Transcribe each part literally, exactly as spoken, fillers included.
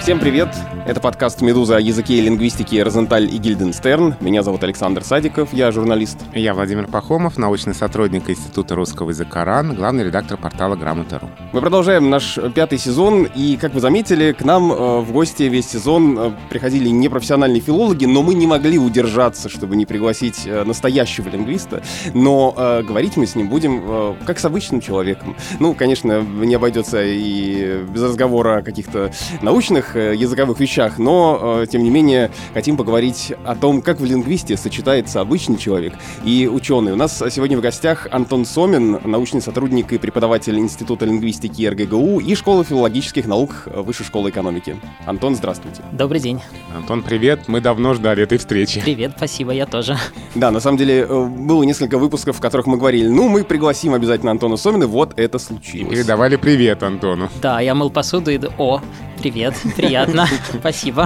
Всем привет! Это подкаст «Медуза» о языке и лингвистике Розенталь и Гильденстерн. Меня зовут Александр Садиков, я журналист. Я Владимир Пахомов, научный сотрудник Института русского языка РАН, главный редактор портала Грамота точка ру. Мы продолжаем наш пятый сезон, и, как вы заметили, к нам э, в гости весь сезон э, приходили непрофессиональные филологи, но мы не могли удержаться, чтобы не пригласить э, настоящего лингвиста, но э, говорить мы с ним будем э, как с обычным человеком. Ну, конечно, не обойдется и без разговора о каких-то научных языковых вещах, но, э, тем не менее, хотим поговорить о том, как в лингвистике сочетается обычный человек и ученый. У нас сегодня в гостях Антон Сомин, научный сотрудник и преподаватель Института лингвистики эр гэ гэ у и Школы филологических наук Высшей школы экономики. Антон, здравствуйте. Добрый день. Антон, привет. Мы давно ждали этой встречи. Привет, спасибо, я тоже. Да, на самом деле, было несколько выпусков, в которых мы говорили, ну, мы пригласим обязательно Антона Сомина, вот это случилось. И передавали привет Антону. Да, я мыл посуду и... О, привет, приятно, спасибо.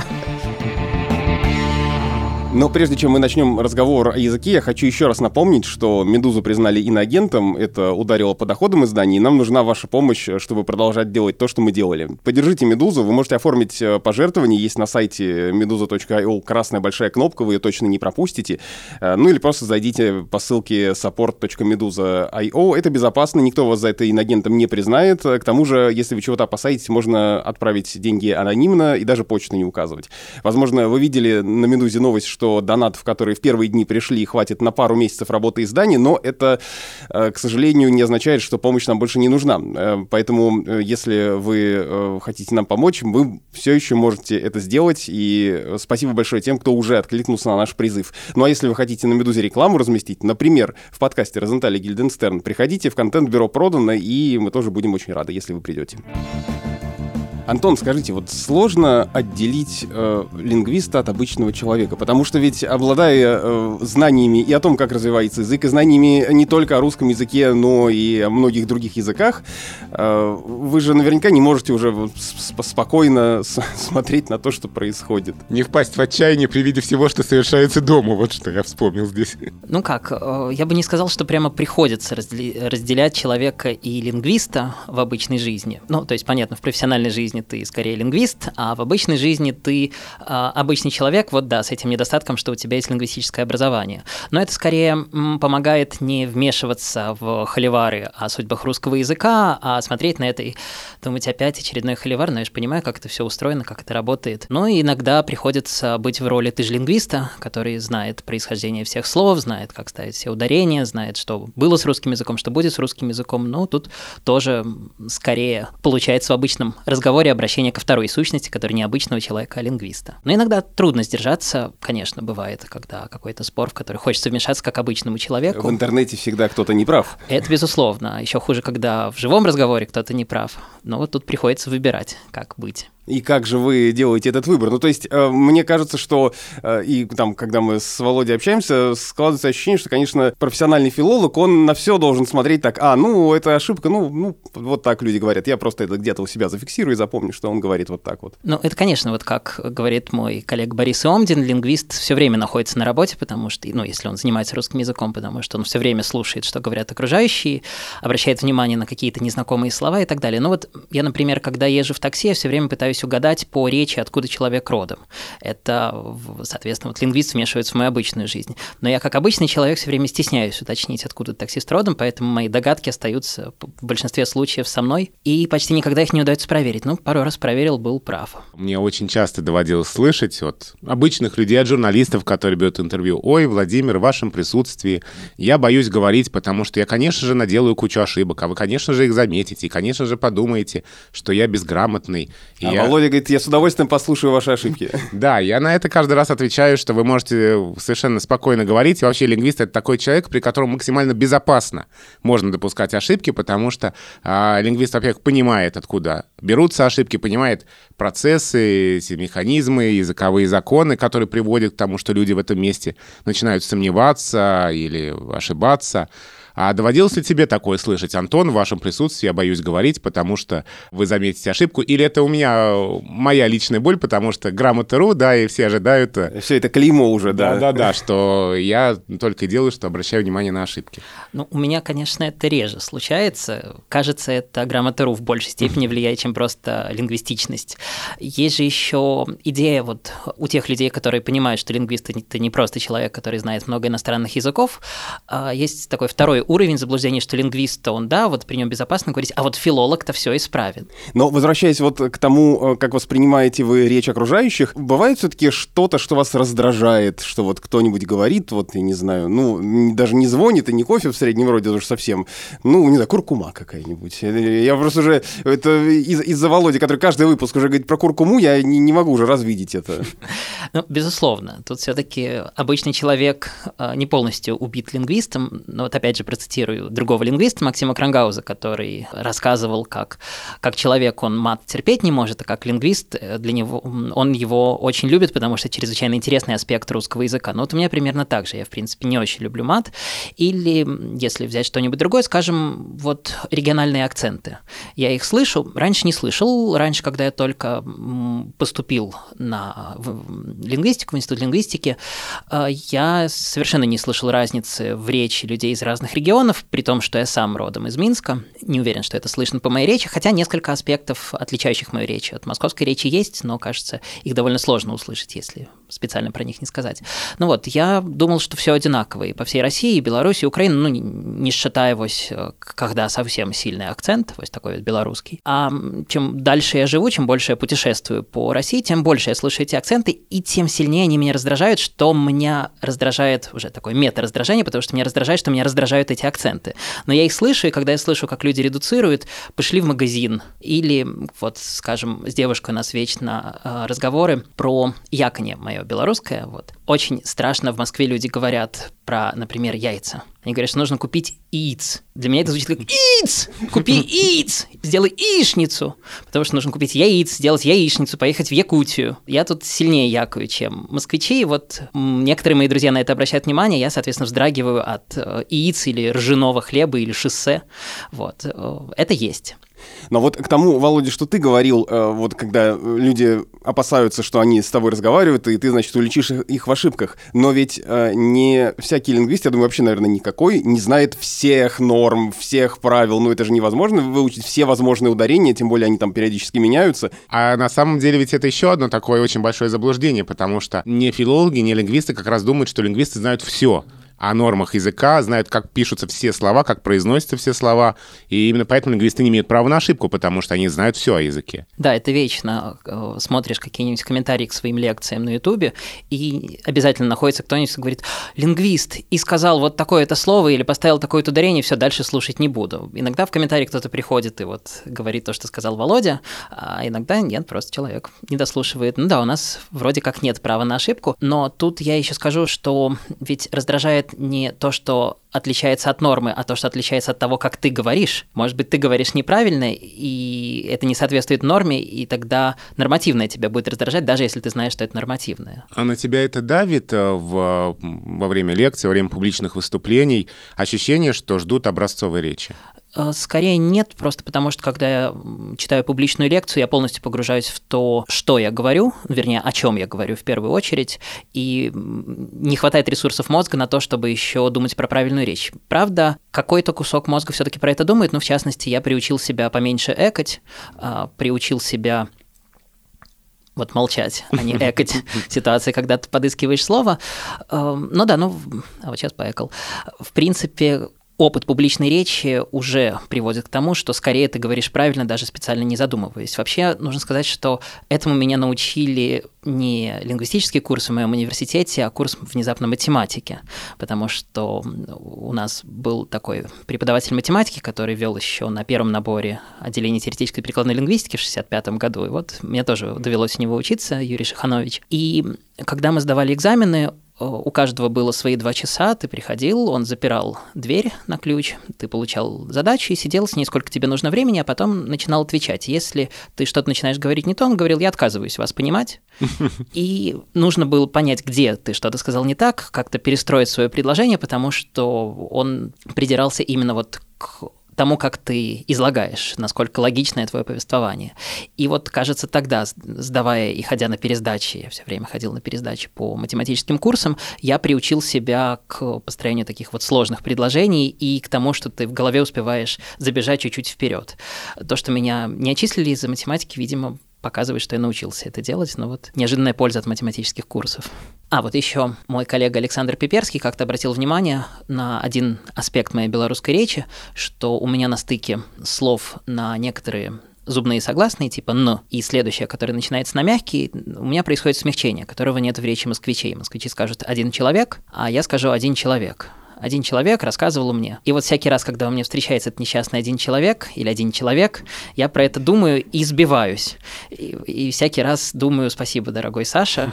Но прежде чем мы начнем разговор о языке, я хочу еще раз напомнить, что «Медузу» признали иноагентом, это ударило по доходам изданий, и нам нужна ваша помощь, чтобы продолжать делать то, что мы делали. Поддержите «Медузу», вы можете оформить пожертвование, есть на сайте медуза точка ай о красная большая кнопка, вы ее точно не пропустите. Ну или просто зайдите по ссылке саппорт точка медуза точка ай о, это безопасно, никто вас за это иноагентом не признает. К тому же, если вы чего-то опасаетесь, можно отправить деньги анонимно и даже почту не указывать. Возможно, вы видели на «Медузе» новость, что донатов, которые в первые дни пришли, хватит на пару месяцев работы издания, но это, к сожалению, не означает, что помощь нам больше не нужна. Поэтому, если вы хотите нам помочь, вы все еще можете это сделать, и спасибо большое тем, кто уже откликнулся на наш призыв. Ну а если вы хотите на «Медузе» рекламу разместить, например, в подкасте «Розенталь и Гильденстерн», приходите в контент-бюро «Продано», и мы тоже будем очень рады, если вы придете. Антон, скажите, вот сложно отделить э, лингвиста от обычного человека? Потому что ведь, обладая э, знаниями и о том, как развивается язык, и знаниями не только о русском языке, но и о многих других языках, э, вы же наверняка не можете уже спокойно с- смотреть на то, что происходит. Не впасть в отчаяние при виде всего, что совершается дома, вот что я вспомнил здесь. Ну как, э, я бы не сказал, что прямо приходится раздели- разделять человека и лингвиста в обычной жизни. Ну, то есть, понятно, в профессиональной жизни ты скорее лингвист, а в обычной жизни ты а, обычный человек, вот да, с этим недостатком, что у тебя есть лингвистическое образование. Но это скорее м, помогает не вмешиваться в холивары о судьбах русского языка, а смотреть на это и думать, опять очередной холивар, но я же понимаю, как это все устроено, как это работает. Но иногда приходится быть в роли ты же лингвиста, который знает происхождение всех слов, знает, как ставить все ударения, знает, что было с русским языком, что будет с русским языком. Но тут тоже скорее получается в обычном разговоре обращение ко второй сущности, которая не обычного человека, а лингвиста. Но иногда трудно сдержаться, конечно, бывает, когда какой-то спор, в который хочется вмешаться как обычному человеку. В интернете всегда кто-то не прав. Это безусловно. Еще хуже, когда в живом разговоре кто-то не прав. Но вот тут приходится выбирать, как быть. И как же вы делаете этот выбор? Ну, то есть, э, мне кажется, что э, и там, когда мы с Володей общаемся, складывается ощущение, что, конечно, профессиональный филолог, он на все должен смотреть так, а, ну, это ошибка, ну, ну, вот так люди говорят. Я просто это где-то у себя зафиксирую и запомню, что он говорит вот так вот. Ну, это, конечно, вот как говорит мой коллега Борис Иомдин, лингвист все время находится на работе, потому что, ну, если он занимается русским языком, потому что он все время слушает, что говорят окружающие, обращает внимание на какие-то незнакомые слова и так далее. Ну, вот я, например, когда езжу в такси, я все время пытаюсь угадать по речи, откуда человек родом. Это, соответственно, вот лингвист вмешивается в мою обычную жизнь. Но я, как обычный человек, все время стесняюсь уточнить, откуда таксист родом, поэтому мои догадки остаются в большинстве случаев со мной, и почти никогда их не удается проверить. Ну, пару раз проверил, был прав. Мне очень часто доводилось слышать от обычных людей, от журналистов, которые берут интервью: «Ой, Владимир, в вашем присутствии я боюсь говорить, потому что я, конечно же, наделаю кучу ошибок, а вы, конечно же, их заметите, и, конечно же, подумаете, что я безграмотный». И а я... Володя говорит, я с удовольствием послушаю ваши ошибки. Да, я на это каждый раз отвечаю, что вы можете совершенно спокойно говорить. И вообще лингвист — это такой человек, при котором максимально безопасно можно допускать ошибки, потому что а, лингвист, во-первых, понимает, откуда берутся ошибки, понимает процессы, эти механизмы, языковые законы, которые приводят к тому, что люди в этом месте начинают сомневаться или ошибаться. А доводилось ли тебе такое слышать, Антон, в вашем присутствии? Я боюсь говорить, потому что вы заметите ошибку. Или это у меня моя личная боль, потому что грамота.ру, да, и все ожидают... Все это клеймо уже, да. Да-да-да, что я только и делаю, что обращаю внимание на ошибки. Ну, у меня, конечно, это реже случается. Кажется, это грамота.ру в большей степени влияет, чем просто лингвистичность. Есть же еще идея вот у тех людей, которые понимают, что лингвист – это не просто человек, который знает много иностранных языков. Есть такой второй уровень заблуждения, что лингвист, он, да, вот при нем безопасно говорить, а вот филолог-то все исправит. Но возвращаясь вот к тому, как воспринимаете вы речь окружающих, бывает все-таки что-то, что вас раздражает, что вот кто-нибудь говорит, вот, я не знаю, ну, даже не звонит и не кофе в среднем роде уж совсем, ну, не знаю, куркума какая-нибудь. Я просто уже, это из- из-за Володи, который каждый выпуск уже говорит про куркуму, я не, не могу уже развидеть это. Ну, безусловно, тут все-таки обычный человек не полностью убит лингвистом, но вот опять же процитирую другого лингвиста Максима Крангауза, который рассказывал, как, как человек он мат терпеть не может, а как лингвист для него он его очень любит, потому что чрезвычайно интересный аспект русского языка. Но вот у меня примерно так же, я в принципе не очень люблю мат. Или если взять что-нибудь другое, скажем, вот региональные акценты. Я их слышу, раньше не слышал, раньше, когда я только поступил на лингвистику, в институт лингвистики, я совершенно не слышал разницы в речи людей из разных регионов, при том, что я сам родом из Минска. Не уверен, что это слышно по моей речи, хотя несколько аспектов, отличающих мою речь от московской речи, есть, но, кажется, их довольно сложно услышать, если специально про них не сказать. Ну вот, я думал, что все одинаково и по всей России, и Беларуси, и Украине, ну, не считаевось, когда совсем сильный акцент, вот такой вот белорусский. А чем дальше я живу, чем больше я путешествую по России, тем больше я слышу эти акценты, и тем сильнее они меня раздражают, что меня раздражает уже такое мета-раздражение, потому что меня раздражает, что меня раздражают эти акценты. Но я их слышу, и когда я слышу, как люди редуцируют, пошли в магазин, или вот, скажем, с девушкой у нас вечно разговоры про яконье мое белорусское, вот. Очень страшно в Москве люди говорят про, например, яйца. Они говорят, что нужно купить яиц. Для меня это звучит как яиц! Купи яиц! Сделай яичницу! Потому что нужно купить яиц, сделать яичницу, поехать в Якутию. Я тут сильнее якаю, чем москвичи. Вот некоторые мои друзья на это обращают внимание. Я, соответственно, вздрагиваю от яиц или ржаного хлеба или шоссе. Вот. Это есть. Но вот к тому, Володя, что ты говорил, вот когда люди опасаются, что они с тобой разговаривают, и ты, значит, уличишь их в ошибках. Но ведь не всякий лингвист, я думаю, вообще, наверное, никакой, не знает всех норм, всех правил. Ну, это же невозможно выучить все возможные ударения, тем более они там периодически меняются. А на самом деле ведь это еще одно такое очень большое заблуждение, потому что не филологи, не лингвисты как раз думают, что лингвисты знают все о нормах языка, знают, как пишутся все слова, как произносятся все слова, и именно поэтому лингвисты не имеют права на ошибку, потому что они знают все о языке. Да, это вечно. Смотришь какие-нибудь комментарии к своим лекциям на Ютубе, и обязательно находится кто-нибудь, кто говорит, лингвист, и сказал вот такое-то слово или поставил такое-то ударение, все, дальше слушать не буду. Иногда в комментарии кто-то приходит и вот говорит то, что сказал Володя, а иногда нет, просто человек не дослушивает. Ну да, у нас вроде как нет права на ошибку, но тут я еще скажу, что ведь раздражает не то, что отличается от нормы, а то, что отличается от того, как ты говоришь. Может быть, ты говоришь неправильно, и это не соответствует норме, и тогда нормативное тебя будет раздражать, даже если ты знаешь, что это нормативное. А на тебя это давит в, во время лекций, во время публичных выступлений? Ощущение, что ждут образцовой речи? Скорее нет, просто потому что, когда я читаю публичную лекцию, я полностью погружаюсь в то, что я говорю, вернее, о чем я говорю в первую очередь, и не хватает ресурсов мозга на то, чтобы еще думать про правильную речь. Правда, какой-то кусок мозга все-таки про это думает, но в частности, я приучил себя поменьше экать, приучил себя вот молчать, а не экать в ситуации, когда ты подыскиваешь слово. Ну да, ну, а вот сейчас поэкал. В принципе, опыт публичной речи уже приводит к тому, что скорее ты говоришь правильно, даже специально не задумываясь. Вообще, нужно сказать, что этому меня научили не лингвистические курсы в моем университете, а курс внезапно математики, потому что у нас был такой преподаватель математики, который вел еще на первом наборе отделения теоретической и прикладной лингвистики в шестьдесят пятом году, и вот мне тоже довелось у него учиться, Юрий Шиханович. И когда мы сдавали экзамены, у каждого было свои два часа, ты приходил, он запирал дверь на ключ, ты получал задачу и сидел с ней, сколько тебе нужно времени, а потом начинал отвечать. Если ты что-то начинаешь говорить не то, он говорил: я отказываюсь вас понимать. И нужно было понять, где ты что-то сказал не так, как-то перестроить свое предложение, потому что он придирался именно вот к тому, как ты излагаешь, насколько логичное твое повествование. И вот, кажется, тогда, сдавая и ходя на пересдачи, я все время ходил на пересдачи по математическим курсам, я приучил себя к построению таких вот сложных предложений и к тому, что ты в голове успеваешь забежать чуть-чуть вперед. То, что меня не отчислили из-за математики, видимо, показывает, что я научился это делать, но вот неожиданная польза от математических курсов. А вот еще мой коллега Александр Пиперский как-то обратил внимание на один аспект моей белорусской речи, что у меня на стыке слов на некоторые зубные согласные, типа «н», и следующее, которое начинается на мягкий, у меня происходит смягчение, которого нет в речи москвичей. Москвичи скажут «один человек», а я скажу «один человек». Один человек рассказывал мне. И вот всякий раз, когда у меня встречается этот несчастный один человек или один человек, я про это думаю и сбиваюсь. И, и всякий раз думаю: спасибо, дорогой Саша.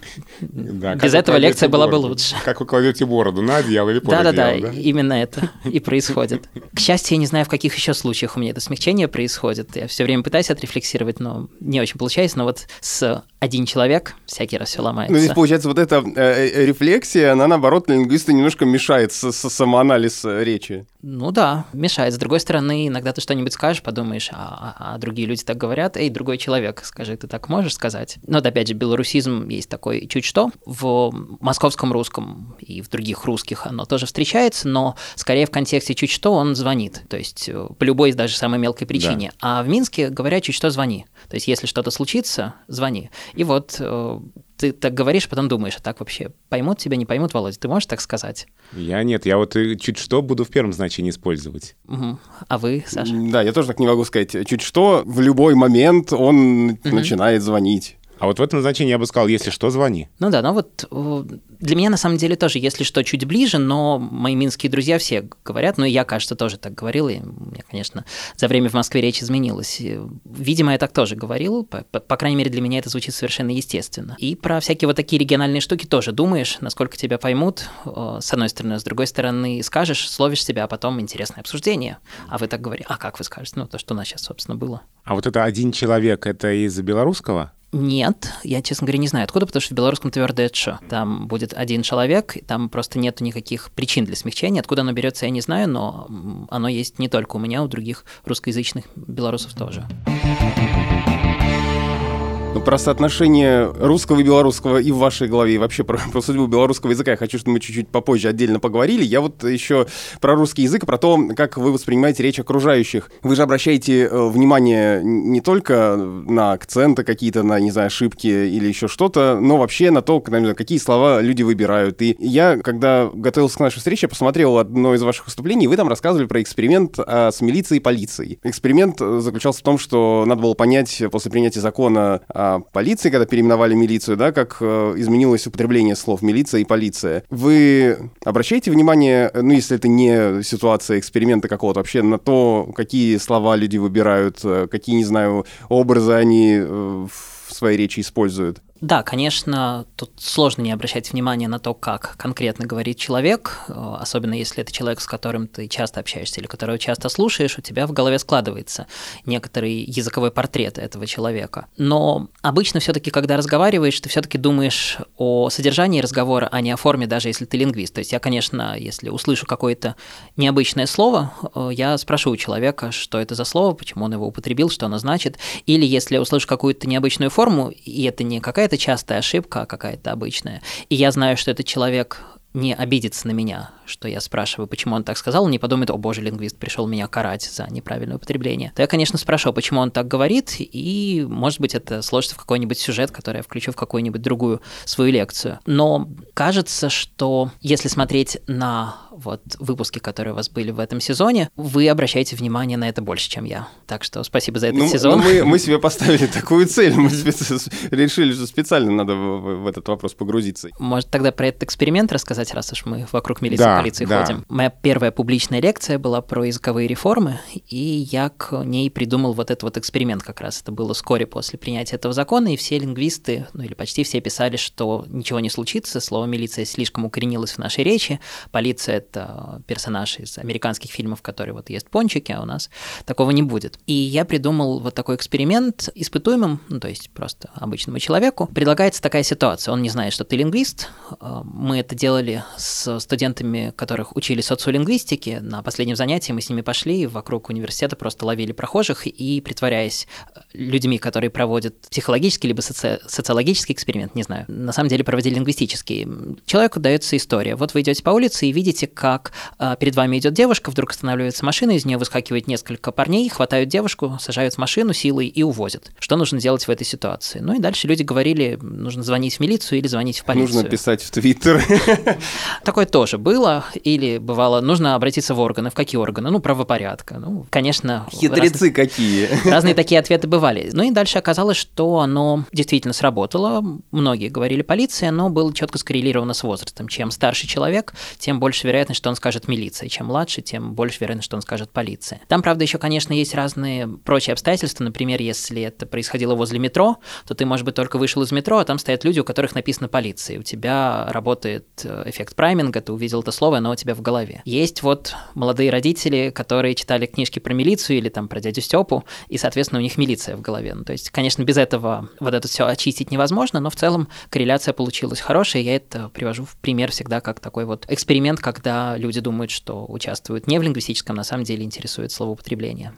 Без этого лекция была бы лучше. Как вы кладете бороду на одеяло или под одеяло, да? Да-да-да, именно это и происходит. К счастью, я не знаю, в каких еще случаях у меня это смягчение происходит. Я все время пытаюсь отрефлексировать, но не очень получается. Но вот с один человек всякий раз все ломается. Ну, здесь, получается, вот эта э, рефлексия, она, наоборот, лингвисту немножко мешает с, с самоанализ речи. Ну да, мешает. С другой стороны, иногда ты что-нибудь скажешь, подумаешь, а, а, а другие люди так говорят: эй, другой человек, скажи, ты так можешь сказать? Но вот опять же, белорусизм есть такой чуть что. В московском русском и в других русских оно тоже встречается, но скорее в контексте чуть что он звонит. То есть по любой даже самой мелкой причине. Да. А в Минске говорят: чуть что звони. То есть если что-то случится, звони. И вот э, ты так говоришь, потом думаешь: а так вообще поймут тебя, не поймут, Володя? Ты можешь так сказать? Я нет, я вот чуть что буду в первом значении использовать. Угу. А вы, Саша? Да, я тоже так не могу сказать. Чуть что, в любой момент он угу. начинает звонить. А вот в этом значении я бы сказал: если что, звони. Ну да, ну вот для меня на самом деле тоже, если что, чуть ближе, но мои минские друзья все говорят, ну и я, кажется, тоже так говорил, и у меня, конечно, за время в Москве речь изменилась. Видимо, я так тоже говорил, по, по, по крайней мере, для меня это звучит совершенно естественно. И про всякие вот такие региональные штуки тоже думаешь, насколько тебя поймут, с одной стороны, с другой стороны, скажешь, словишь себя, а потом интересное обсуждение. А вы так говорите: а как вы скажете? Ну, то, что у нас сейчас, собственно, было. А вот это один человек, это из белорусского? Нет, я, честно говоря, не знаю откуда, потому что в белорусском твердое «ч». Там будет один человек, там просто нет никаких причин для смягчения. Откуда оно берется, я не знаю, но оно есть не только у меня, у других русскоязычных белорусов тоже. Ну, про соотношение русского и белорусского и в вашей голове, и вообще про, про судьбу белорусского языка я хочу, чтобы мы чуть-чуть попозже отдельно поговорили. Я вот еще про русский язык, про то, как вы воспринимаете речь окружающих. Вы же обращаете внимание не только на акценты какие-то, на, не знаю, ошибки или еще что-то, но вообще на то, какие слова люди выбирают. И я, когда готовился к нашей встрече, посмотрел одно из ваших выступлений, и вы там рассказывали про эксперимент а, с милицией и полицией. Эксперимент заключался в том, что надо было понять после принятия закона полиции, когда переименовали милицию, да, как э, изменилось употребление слов «милиция» и «полиция». Вы обращаете внимание, ну, если это не ситуация эксперимента какого-то, вообще на то, какие слова люди выбирают, какие, не знаю, образы они э, в своей речи используют? Да, конечно, тут сложно не обращать внимания на то, как конкретно говорит человек, особенно если это человек, с которым ты часто общаешься или которого часто слушаешь, у тебя в голове складывается некоторый языковой портрет этого человека. Но обычно все-таки, когда разговариваешь, ты все-таки думаешь о содержании разговора, а не о форме, даже если ты лингвист. То есть я, конечно, если услышу какое-то необычное слово, я спрошу у человека, что это за слово, почему он его употребил, что оно значит. Или если я услышу какую-то необычную форму, и это не какая-то частая ошибка, а какая-то обычная. И я знаю, что этот человек не обидится на меня, что я спрашиваю, почему он так сказал, он не подумает: о боже, лингвист пришел меня карать за неправильное употребление. То я, конечно, спрошу, почему он так говорит, и, может быть, это сложится в какой-нибудь сюжет, который я включу в какую-нибудь другую свою лекцию. Но кажется, что если смотреть на вот выпуски, которые у вас были в этом сезоне, вы обращаете внимание на это больше, чем я. Так что спасибо за этот ну, сезон. Ну, мы, мы себе поставили такую цель, мы специ... решили, что специально надо в, в этот вопрос погрузиться. Может, тогда про этот эксперимент рассказать, раз уж мы вокруг милиции да, и полиции да. ходим. Моя первая публичная лекция была про языковые реформы, и я к ней придумал вот этот вот эксперимент как раз. Это было вскоре после принятия этого закона, и все лингвисты, ну или почти все писали, что ничего не случится, слово «милиция» слишком укоренилось в нашей речи, полиция — это персонаж из американских фильмов, который вот ест пончики, а у нас такого не будет. И я придумал вот такой эксперимент испытуемым, ну то есть просто обычному человеку. Предлагается такая ситуация, он не знает, что ты лингвист. Мы это делали с студентами, которых учили социолингвистике. На последнем занятии мы с ними пошли, вокруг университета просто ловили прохожих и, притворяясь людьми, которые проводят психологический либо соци... социологический эксперимент, не знаю, на самом деле проводили лингвистический. Человеку дается история. Вот вы идете по улице и видите, как э, перед вами идет девушка, вдруг останавливается машина, из нее выскакивает несколько парней, хватают девушку, сажают в машину силой и увозят. Что нужно делать в этой ситуации? Ну и дальше люди говорили, нужно звонить в милицию или звонить в полицию. Нужно писать в Твиттер. Такое тоже было. Или бывало, нужно обратиться в органы. В какие органы? Ну, правопорядка. Ну, конечно. Хитрецы разные, какие. Разные такие ответы бывали. Ну и дальше оказалось, что оно действительно сработало. Многие говорили полиция, но было четко скоррелировано с возрастом. Чем старше человек, тем больше вероятность, что он скажет милиция. Чем младше, тем больше вероятность, что он скажет полиция. Там, правда, еще, конечно, есть разные прочие обстоятельства. Например, если это происходило возле метро, то ты, может быть, только вышел из метро, а там стоят люди, у которых написано полиция. У тебя работает эффект прайминга, ты увидел это слово, оно у тебя в голове. Есть вот молодые родители, которые читали книжки про милицию или там про дядю Степу, и, соответственно, у них милиция в голове. Ну, то есть, конечно, без этого вот это все очистить невозможно, но в целом корреляция получилась хорошая. Я это привожу в пример всегда как такой вот эксперимент, когда люди думают, что участвуют не в лингвистическом, на самом деле интересует словоупотребление.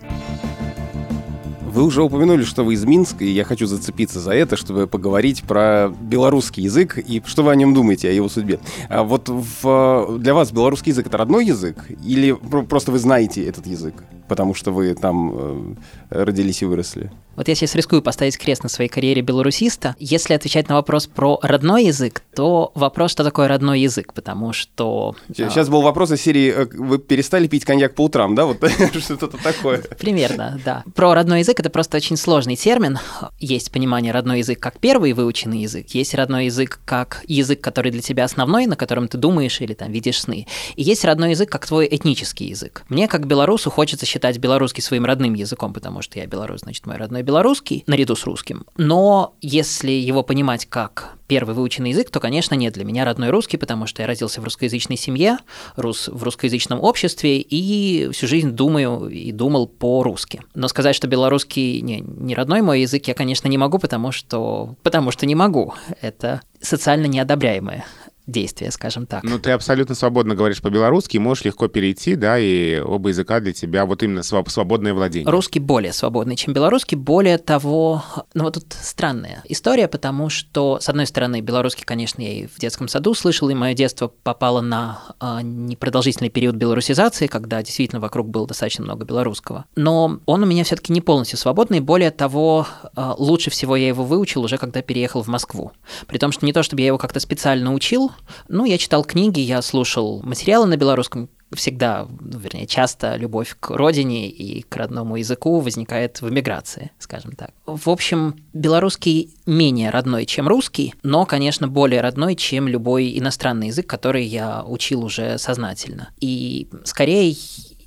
Вы уже упомянули, что вы из Минска, и я хочу зацепиться за это, чтобы поговорить про белорусский язык и что вы о нем думаете, о его судьбе. А вот в, для вас белорусский язык — это родной язык или просто вы знаете этот язык, потому что вы там э, родились и выросли? Вот я сейчас рискую поставить крест на своей карьере белорусиста. Если отвечать на вопрос про родной язык, то вопрос, что такое родной язык, потому что... Сейчас был вопрос из серии «Вы перестали пить коньяк по утрам», да? Вот что-то такое. Примерно, да. Про родной язык — это просто очень сложный термин. Есть понимание родной язык как первый выученный язык, есть родной язык как язык, который для тебя основной, на котором ты думаешь или там видишь сны. И есть родной язык как твой этнический язык. Мне, как белорусу, хочется считать белорусский своим родным языком, потому что я белорус, значит, мой родной белорусский, наряду с русским. Но если его понимать как первый выученный язык, то, конечно, нет, для меня родной русский, потому что я родился в русскоязычной семье, рус, в русскоязычном обществе и всю жизнь думаю и думал по-русски. Но сказать, что белорусский не, не родной мой язык, я, конечно, не могу, потому что, потому что не могу. Это социально неодобряемое действия, скажем так. Ну, ты абсолютно свободно говоришь по-белорусски, можешь легко перейти, да, и оба языка для тебя вот именно свободное владение. Русский более свободный, чем белорусский. Более того, ну вот тут странная история, потому что, с одной стороны, белорусский, конечно, я и в детском саду слышал, и мое детство попало на а, непродолжительный период белорусизации, когда действительно вокруг было достаточно много белорусского. Но он у меня все-таки не полностью свободный, более того, а, лучше всего я его выучил уже, когда переехал в Москву. При том, что не то, чтобы я его как-то специально учил, ну, я читал книги, я слушал материалы на белорусском. Всегда, ну, вернее, часто любовь к родине и к родному языку возникает в эмиграции, скажем так. В общем, белорусский менее родной, чем русский, но, конечно, более родной, чем любой иностранный язык, который я учил уже сознательно. И скорее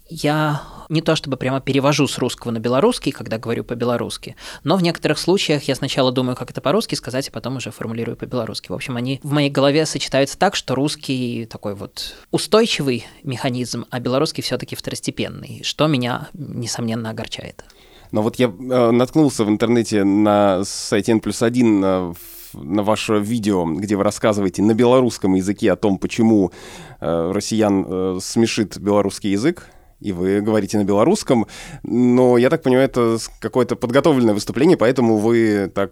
я не то чтобы прямо перевожу с русского на белорусский, когда говорю по-белорусски, но в некоторых случаях я сначала думаю, как это по-русски сказать, а потом уже формулирую по-белорусски. В общем, они в моей голове сочетаются так, что русский такой вот устойчивый механизм, а белорусский все-таки второстепенный, что меня, несомненно, огорчает. Но вот я э, наткнулся в интернете на сайте эн плюс один э, на ваше видео, где вы рассказываете на белорусском языке о том, почему э, россиян э, смешит белорусский язык, и вы говорите на белорусском, но, я так понимаю, это какое-то подготовленное выступление, поэтому вы так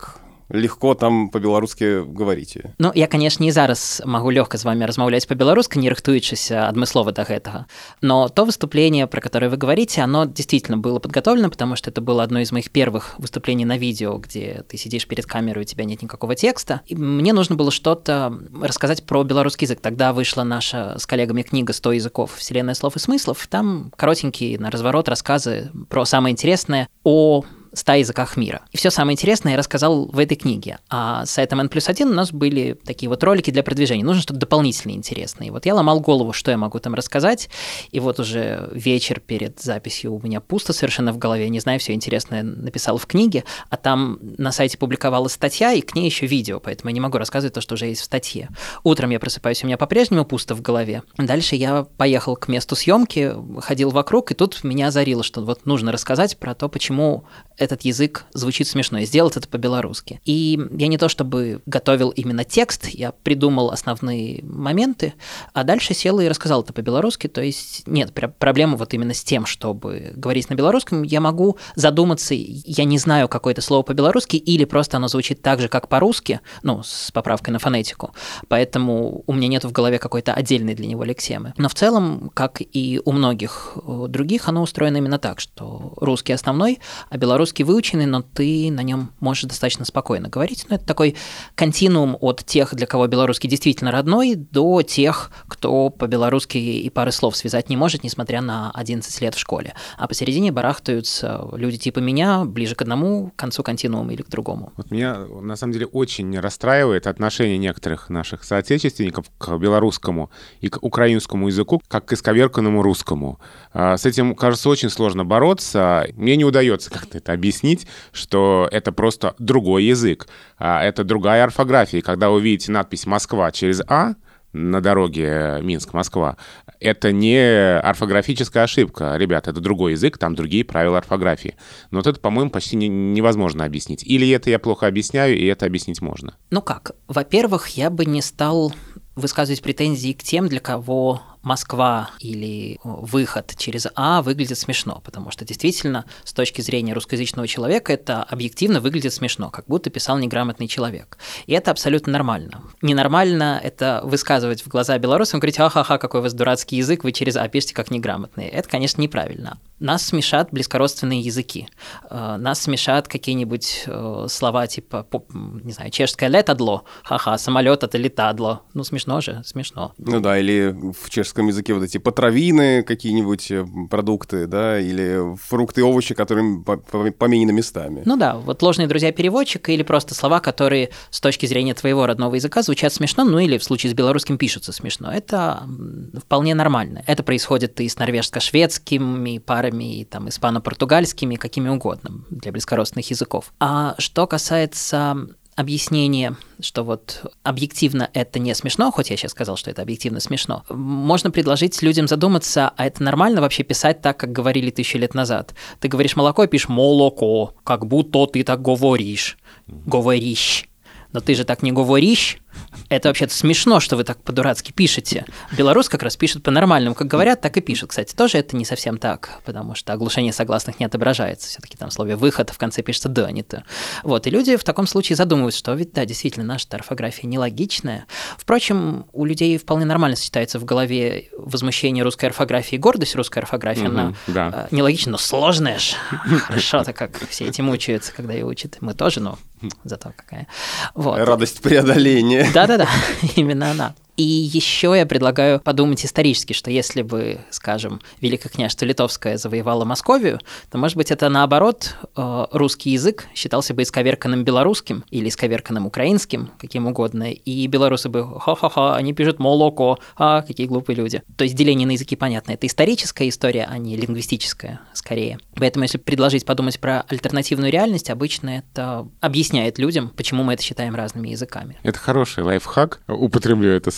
легко там по-беларускі говорите? Ну, я, конечно, і зараз могу лёгка з вами размаўляць по-беларуску, не рыхтуючыся адмыслова до гэтага. Но то выступление, про которое вы говорите, оно действительно было подготовлено, потому что это было одно из моих первых выступлений на видео, где ты сидишь перед камерой, у тебя нет никакого текста. И мне нужно было что-то рассказать про белорусский язык. Тогда вышла наша с коллегами книга «сто языков. Вселенная слов и смыслов». Там коротенькие на разворот рассказы про самое интересное о ста языках мира. И все самое интересное я рассказал в этой книге. А с сайтом эн плюс один у нас были такие вот ролики для продвижения. Нужно что-то дополнительно интересное. И вот я ломал голову, что я могу там рассказать. И вот уже вечер перед записью у меня пусто совершенно в голове. Не знаю, все интересное написал в книге. А там на сайте публиковалась статья, и к ней еще видео. Поэтому я не могу рассказывать то, что уже есть в статье. Утром я просыпаюсь, у меня по-прежнему пусто в голове. Дальше я поехал к месту съемки, ходил вокруг, и тут меня озарило, что вот нужно рассказать про то, почему этот язык звучит смешно, и сделать это по-белорусски. И я не то чтобы готовил именно текст, я придумал основные моменты, а дальше сел и рассказал это по-белорусски. То есть нет проблемы вот именно с тем, чтобы говорить на белорусском. Я могу задуматься, я не знаю какое-то слово по-белорусски, или просто оно звучит так же, как по-русски, ну, с поправкой на фонетику, поэтому у меня нет в голове какой-то отдельной для него лексемы. Но в целом, как и у многих других, оно устроено именно так, что русский основной, а белорусский выученный, но ты на нем можешь достаточно спокойно говорить. Но это такой континуум от тех, для кого белорусский действительно родной, до тех, кто по-белорусски и пары слов связать не может, несмотря на одиннадцать лет в школе. А посередине барахтаются люди типа меня, ближе к одному к концу континуума или к другому. Вот меня, на самом деле, очень расстраивает отношение некоторых наших соотечественников к белорусскому и к украинскому языку, как к исковерканному русскому. С этим, кажется, очень сложно бороться. Мне не удается как-то это объяснить, что это просто другой язык, это другая орфография. И когда вы видите надпись «Москва» через «А» на дороге Минск-Москва, это не орфографическая ошибка. Ребята, это другой язык, там другие правила орфографии. Но вот это, по-моему, почти не, невозможно объяснить. Или это я плохо объясняю, и это объяснить можно? Ну как? Во-первых, я бы не стал высказывать претензии к тем, для кого Москва или выход через «А» выглядит смешно, потому что действительно, с точки зрения русскоязычного человека, это объективно выглядит смешно, как будто писал неграмотный человек. И это абсолютно нормально. Ненормально это высказывать в глаза белорусам, говорить: «Ха-ха-ха, какой у вас дурацкий язык, вы через «А» пишете как неграмотные». Это, конечно, неправильно. Нас смешат близкородственные языки. Нас смешат какие-нибудь слова типа, не знаю, чешское «летадло», ха-ха, самолет это «летадло». Ну, смешно же, смешно. Ну да, или в чешском языке вот эти потравины, какие-нибудь продукты, да, или фрукты и овощи, которые поменены местами. Ну да, вот ложные друзья переводчика или просто слова, которые с точки зрения твоего родного языка звучат смешно, ну или в случае с белорусским пишутся смешно. Это вполне нормально. Это происходит и с норвежско-шведскими парами, и там испано-португальскими, какими угодно для близкородственных языков. А что касается объяснение, что вот объективно это не смешно, хоть я сейчас сказал, что это объективно смешно, можно предложить людям задуматься, а это нормально вообще писать так, как говорили тысячу лет назад? Ты говоришь молоко и пишешь молоко, как будто ты так говоришь, говоришь. Но ты же так не говоришь. Это вообще-то смешно, что вы так по-дурацки пишете. Белорус как раз пишет по-нормальному, как говорят, так и пишут. Кстати, тоже это не совсем так, потому что оглушение согласных не отображается. Все-таки там в слове «выход» в конце пишется «да», не «то». Вот, и люди в таком случае задумываются, что ведь, да, действительно, наша орфография нелогичная. Впрочем, у людей вполне нормально сочетается в голове возмущение русской орфографии и гордость русской орфографии. Она да. нелогична, но сложная ж. Хорошо-то как все эти мучаются, когда ее учат. Мы тоже, но зато какая. Вот. Радость преодоления. Да-да-да, именно она. И еще я предлагаю подумать исторически, что если бы, скажем, Великое княжество Литовское завоевало Московию, то, может быть, это наоборот, русский язык считался бы исковерканным белорусским или исковерканным украинским, каким угодно, и белорусы бы «ха-ха-ха, они пишут молоко, а, какие глупые люди». То есть деление на языки понятно. Это историческая история, а не лингвистическая, скорее. Поэтому если предложить подумать про альтернативную реальность, обычно это объясняет людям, почему мы это считаем разными языками. Это хороший лайфхак, употреблю это слово.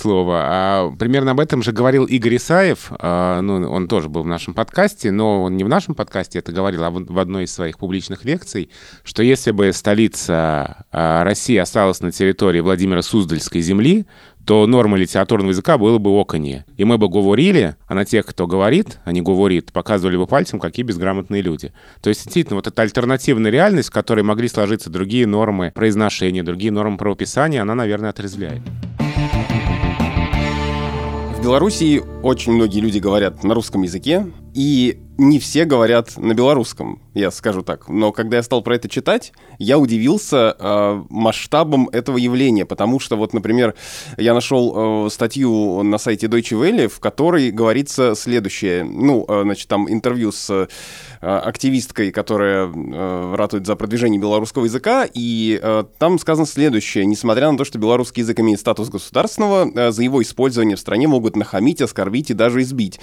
слово. А, примерно об этом же говорил Игорь Исаев. А, ну, он тоже был в нашем подкасте, но он не в нашем подкасте, это говорил, а в, в одной из своих публичных лекций, что если бы столица а, России осталась на территории Владимира Суздальской земли, то нормой литературного языка было бы оконье. И мы бы говорили, а на тех, кто говорит, а не говорит, показывали бы пальцем, какие безграмотные люди. То есть, действительно, вот эта альтернативная реальность, в которой могли сложиться другие нормы произношения, другие нормы правописания, она, наверное, отрезвляет. В Белоруссии очень многие люди говорят на русском языке, и не все говорят на белорусском, я скажу так. Но когда я стал про это читать, я удивился э, масштабом этого явления, потому что, вот, например, я нашел э, статью на сайте Deutsche Welle, в которой говорится следующее. Ну, э, значит, там интервью с э, активисткой, которая э, ратует за продвижение белорусского языка, и э, там сказано следующее. Несмотря на то, что белорусский язык имеет статус государственного, э, за его использование в стране могут нахамить, оскорбить и даже избить.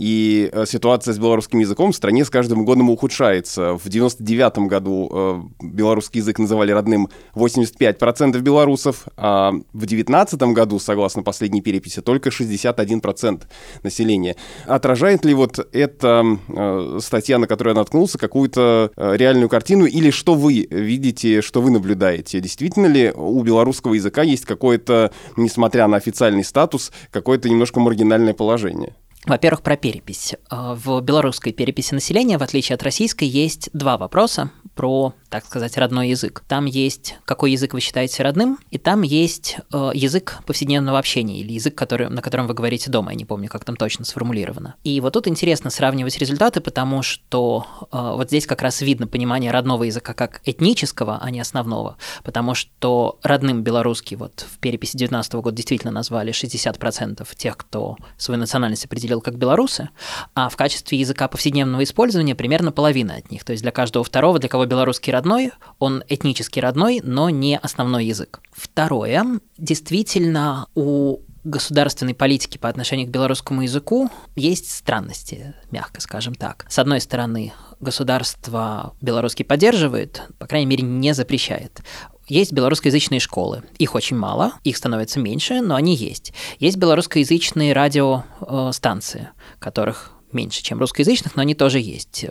И э, ситуация с белорусским языком в стране с каждым годом ухудшается. В девяносто девятом году э, белорусский язык называли родным восемьдесят пять процентов белорусов, а в девятнадцатом году, согласно последней переписи, только шестьдесят один процент населения. Отражает ли вот эта э, статья, на которую я наткнулся, какую-то э, реальную картину, или что вы видите, что вы наблюдаете? Действительно ли у белорусского языка есть какое-то, несмотря на официальный статус, какое-то немножко маргинальное положение? Во-первых, про перепись. В белорусской переписи населения, в отличие от российской, есть два вопроса про, так сказать, родной язык. Там есть, какой язык вы считаете родным, и там есть э, язык повседневного общения, или язык, который, на котором вы говорите дома, я не помню, как там точно сформулировано. И вот тут интересно сравнивать результаты, потому что э, вот здесь как раз видно понимание родного языка как этнического, а не основного, потому что родным белорусский вот в переписи девятнадцатого года действительно назвали шестьдесят процентов тех, кто свою национальность определил как белорусы, а в качестве языка повседневного использования примерно половина от них. То есть для каждого второго, для кого белорусский родной, он этнически родной, но не основной язык. Второе, действительно, у государственной политики по отношению к белорусскому языку есть странности, мягко скажем так. С одной стороны, государство белорусский поддерживает, по крайней мере, не запрещает. Есть белорусскоязычные школы. Их очень мало, их становится меньше, но они есть. Есть белорусскоязычные радиостанции, которых меньше, чем русскоязычных, но они тоже есть.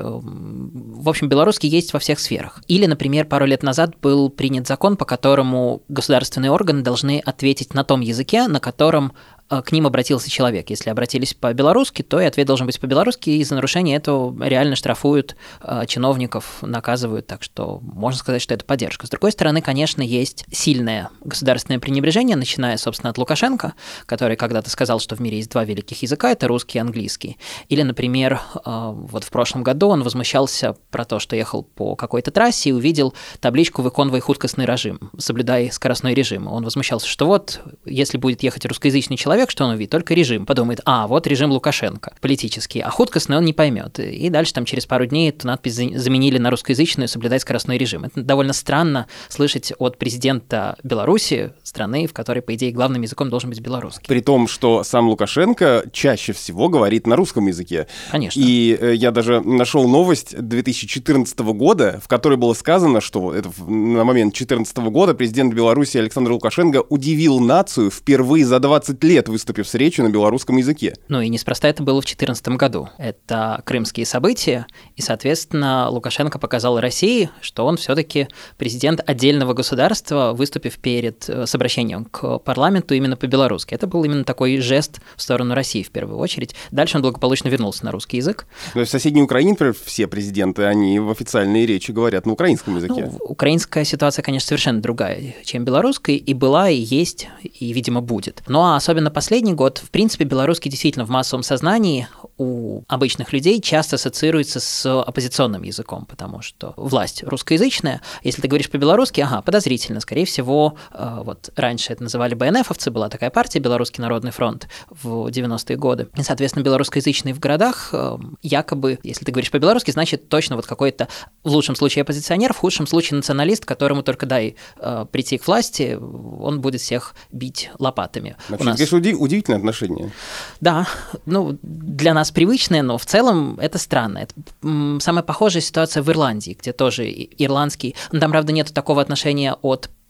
В общем, белорусский есть во всех сферах. Или, например, пару лет назад был принят закон, по которому государственные органы должны ответить на том языке, на котором к ним обратился человек. Если обратились по-белорусски, то и ответ должен быть по-белорусски, и за нарушение этого реально штрафуют чиновников, наказывают, так что можно сказать, что это поддержка. С другой стороны, конечно, есть сильное государственное пренебрежение, начиная, собственно, от Лукашенко, который когда-то сказал, что в мире есть два великих языка, это русский и английский. Или, например, вот в прошлом году он возмущался про то, что ехал по какой-то трассе и увидел табличку «Выконвай хуткостный режим», соблюдай скоростной режим. Он возмущался, что вот, если будет ехать русскоязычный человек, что он увидит? Только режим. Подумает, а, вот режим Лукашенко, политический, а хуткостный он не поймет. И дальше там через пару дней эту надпись заменили на русскоязычную «Соблюдай скоростной режим». Это довольно странно слышать от президента Беларуси, страны, в которой, по идее, главным языком должен быть белорусский. При том, что сам Лукашенко чаще всего говорит на русском языке. Конечно. И э, я даже нашел новость две тысячи четырнадцатого года, в которой было сказано, что это на момент две тысячи четырнадцатого года президент Беларуси Александр Лукашенко удивил нацию впервые за двадцать лет, выступив с речью на белорусском языке. Ну и неспроста это было в две тысячи четырнадцатом году. Это крымские события, и, соответственно, Лукашенко показал России, что он все-таки президент отдельного государства, выступив перед с обращением к парламенту именно по-белорусски. Это был именно такой жест в сторону России в первую очередь. Дальше он благополучно вернулся на русский язык. То есть в соседней Украине, например, все президенты, они в официальной речи говорят на украинском языке. Ну, украинская ситуация, конечно, совершенно другая, чем белорусская, и была, и есть, и, видимо, будет. Ну а особенно последний год, в принципе, белорусский действительно в массовом сознании у обычных людей часто ассоциируется с оппозиционным языком, потому что власть русскоязычная, если ты говоришь по-белорусски, ага, подозрительно, скорее всего, вот раньше это называли бэ эн эфовцы, была такая партия, Белорусский народный фронт в девяностые годы, и, соответственно, белорусскоязычные в городах, якобы, если ты говоришь по-белорусски, значит, точно вот какой-то, в лучшем случае, оппозиционер, в худшем случае националист, которому только дай прийти к власти, он будет всех бить лопатами. Вообще, нас... конечно, удив... удивительное отношение. Да, ну, для нас привычное, но в целом это странно. Это самая похожая ситуация в Ирландии, где тоже ирландский, ну, там, правда, нет такого отношения от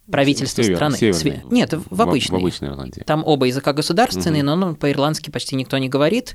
правительство Север, страны. Северный. Нет, в обычной. В, в обычной Ирландии. Там оба языка государственные, угу. но ну, по-ирландски почти никто не говорит,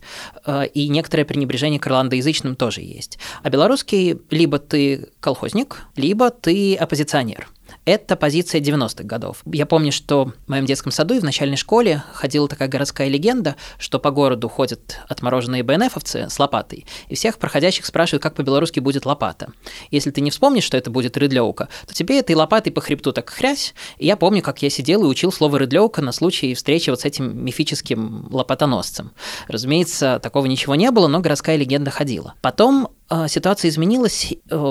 и некоторое пренебрежение к ирландоязычным тоже есть. А белорусский либо ты колхозник, либо ты оппозиционер. Это позиция девяностых годов. Я помню, что в моем детском саду и в начальной школе ходила такая городская легенда, что по городу ходят отмороженные бэ эн эфовцы с лопатой, и всех проходящих спрашивают, как по-белорусски будет лопата. Если ты не вспомнишь, что это будет рыдлёўка, то тебе этой лопатой по хребту так хрясь. И я помню, как я сидел и учил слово рыдлёўка на случай встречи вот с этим мифическим лопатоносцем. Разумеется, такого ничего не было, но городская легенда ходила. Потом ситуация изменилась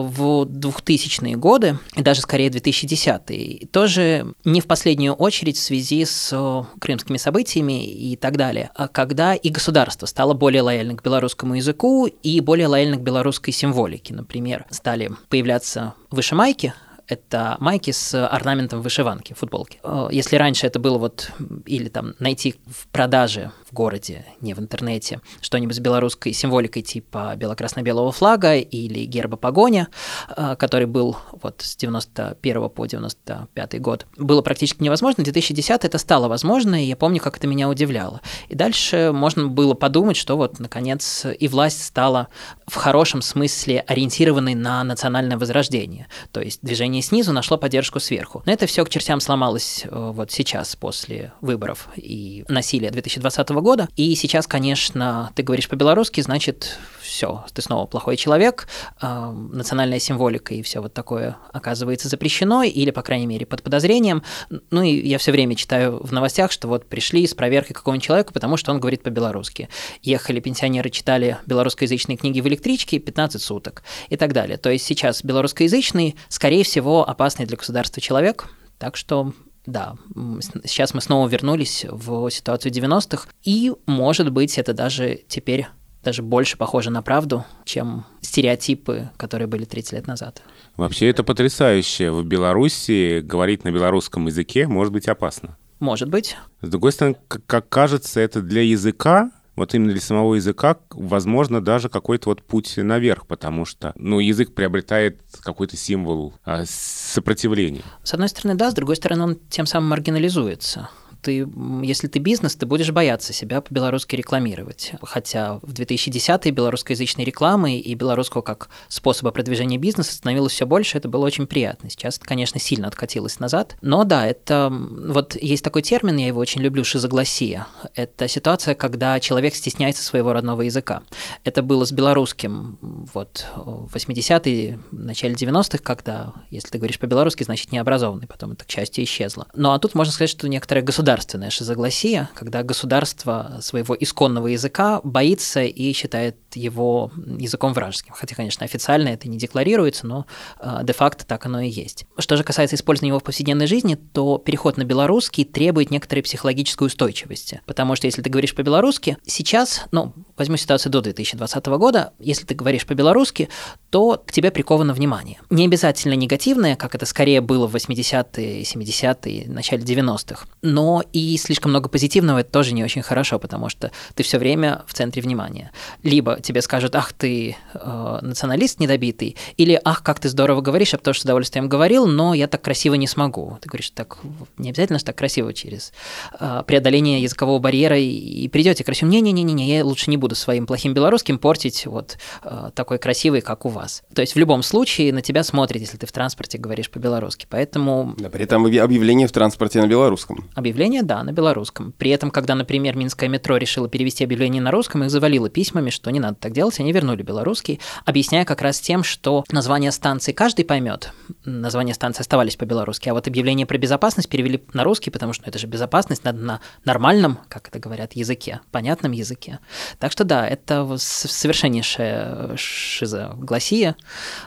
в двухтысячные годы, и даже скорее две тысячи десятые, тоже не в последнюю очередь в связи с крымскими событиями и так далее, а когда и государство стало более лояльно к белорусскому языку и более лояльно к белорусской символике. Например, стали появляться вышимайки, это майки с орнаментом вышиванки, футболки. Если раньше это было вот, или там найти в продаже в городе, не в интернете, что-нибудь с белорусской символикой типа бело-красно-белого флага или герба погоня, который был вот с девяносто первого по девяносто пятый год, было практически невозможно. В две тысячи десятом это стало возможно, и я помню, как это меня удивляло. И дальше можно было подумать, что вот, наконец, и власть стала в хорошем смысле ориентированной на национальное возрождение, то есть движение снизу нашло поддержку сверху. Но это все к чертям сломалось вот сейчас, после выборов и насилия две тысячи двадцатого года. И сейчас, конечно, ты говоришь по-белорусски, значит, все, ты снова плохой человек, э, национальная символика и все вот такое оказывается запрещено, или, по крайней мере, под подозрением. Ну и я все время читаю в новостях, что вот пришли с проверкой какого-нибудь человека, потому что он говорит по-белорусски. Ехали пенсионеры, читали белорусскоязычные книги в электричке пятнадцать суток и так далее. То есть сейчас белорусскоязычный, скорее всего, опасный для государства человек, так что да, сейчас мы снова вернулись в ситуацию девяностых, и, может быть, это даже теперь даже больше похоже на правду, чем стереотипы, которые были тридцать лет назад. Вообще это потрясающе. В Беларуси говорить на белорусском языке может быть опасно. Может быть. С другой стороны, как кажется, это для языка, вот именно для самого языка, возможно, даже какой-то вот путь наверх, потому что, ну, язык приобретает какой-то символ а, сопротивления. С одной стороны, да, с другой стороны, он тем самым маргинализуется. Ты, если ты бизнес, ты будешь бояться себя по-белорусски рекламировать. Хотя в две тысячи десятые белорусскоязычной рекламы и белорусского как способа продвижения бизнеса становилось все больше, это было очень приятно. Сейчас это, конечно, сильно откатилось назад. Но да, это вот есть такой термин, я его очень люблю, шизогласия. Это ситуация, когда человек стесняется своего родного языка. Это было с белорусским вот в восьмидесятые, в начале девяностых, когда, если ты говоришь по-белорусски, значит необразованный, потом это, к счастью, исчезло. Ну а тут можно сказать, что некоторое государство государственная шизогласия, когда государство своего исконного языка боится и считает его языком вражеским. Хотя, конечно, официально это не декларируется, но э, де-факто так оно и есть. Что же касается использования его в повседневной жизни, то переход на белорусский требует некоторой психологической устойчивости. Потому что если ты говоришь по-белорусски, сейчас, ну, возьму ситуацию до две тысячи двадцатого года, если ты говоришь по-белорусски, то к тебе приковано внимание. Не обязательно негативное, как это скорее было в восьмидесятые, семидесятые, начале девяностых, но и слишком много позитивного — это тоже не очень хорошо, потому что ты все время в центре внимания. Либо тебе скажут: ах, ты э, националист недобитый, или ах, как ты здорово говоришь, я бы тоже с удовольствием говорил, но я так красиво не смогу. Ты говоришь: так не обязательно же так красиво, через э, преодоление языкового барьера и, и придете красиво. Не-не-не-не, я лучше не буду своим плохим белорусским портить вот э, такой красивый, как у вас. То есть в любом случае на тебя смотрят, если ты в транспорте говоришь по-белорусски. Поэтому... Да, при этом объявление в транспорте на белорусском. Объявление, да, на белорусском. При этом, когда, например, Минское метро решило перевести объявление на русском, их завалило письмами, что не надо так делать, они вернули белорусский, объясняя как раз тем, что название станции каждый поймет, названия станции оставались по-белорусски, а вот объявление про безопасность перевели на русский, потому что ну, это же безопасность, надо на нормальном, как это говорят, языке, понятном языке. Так что да, это совершеннейшая шизогласия,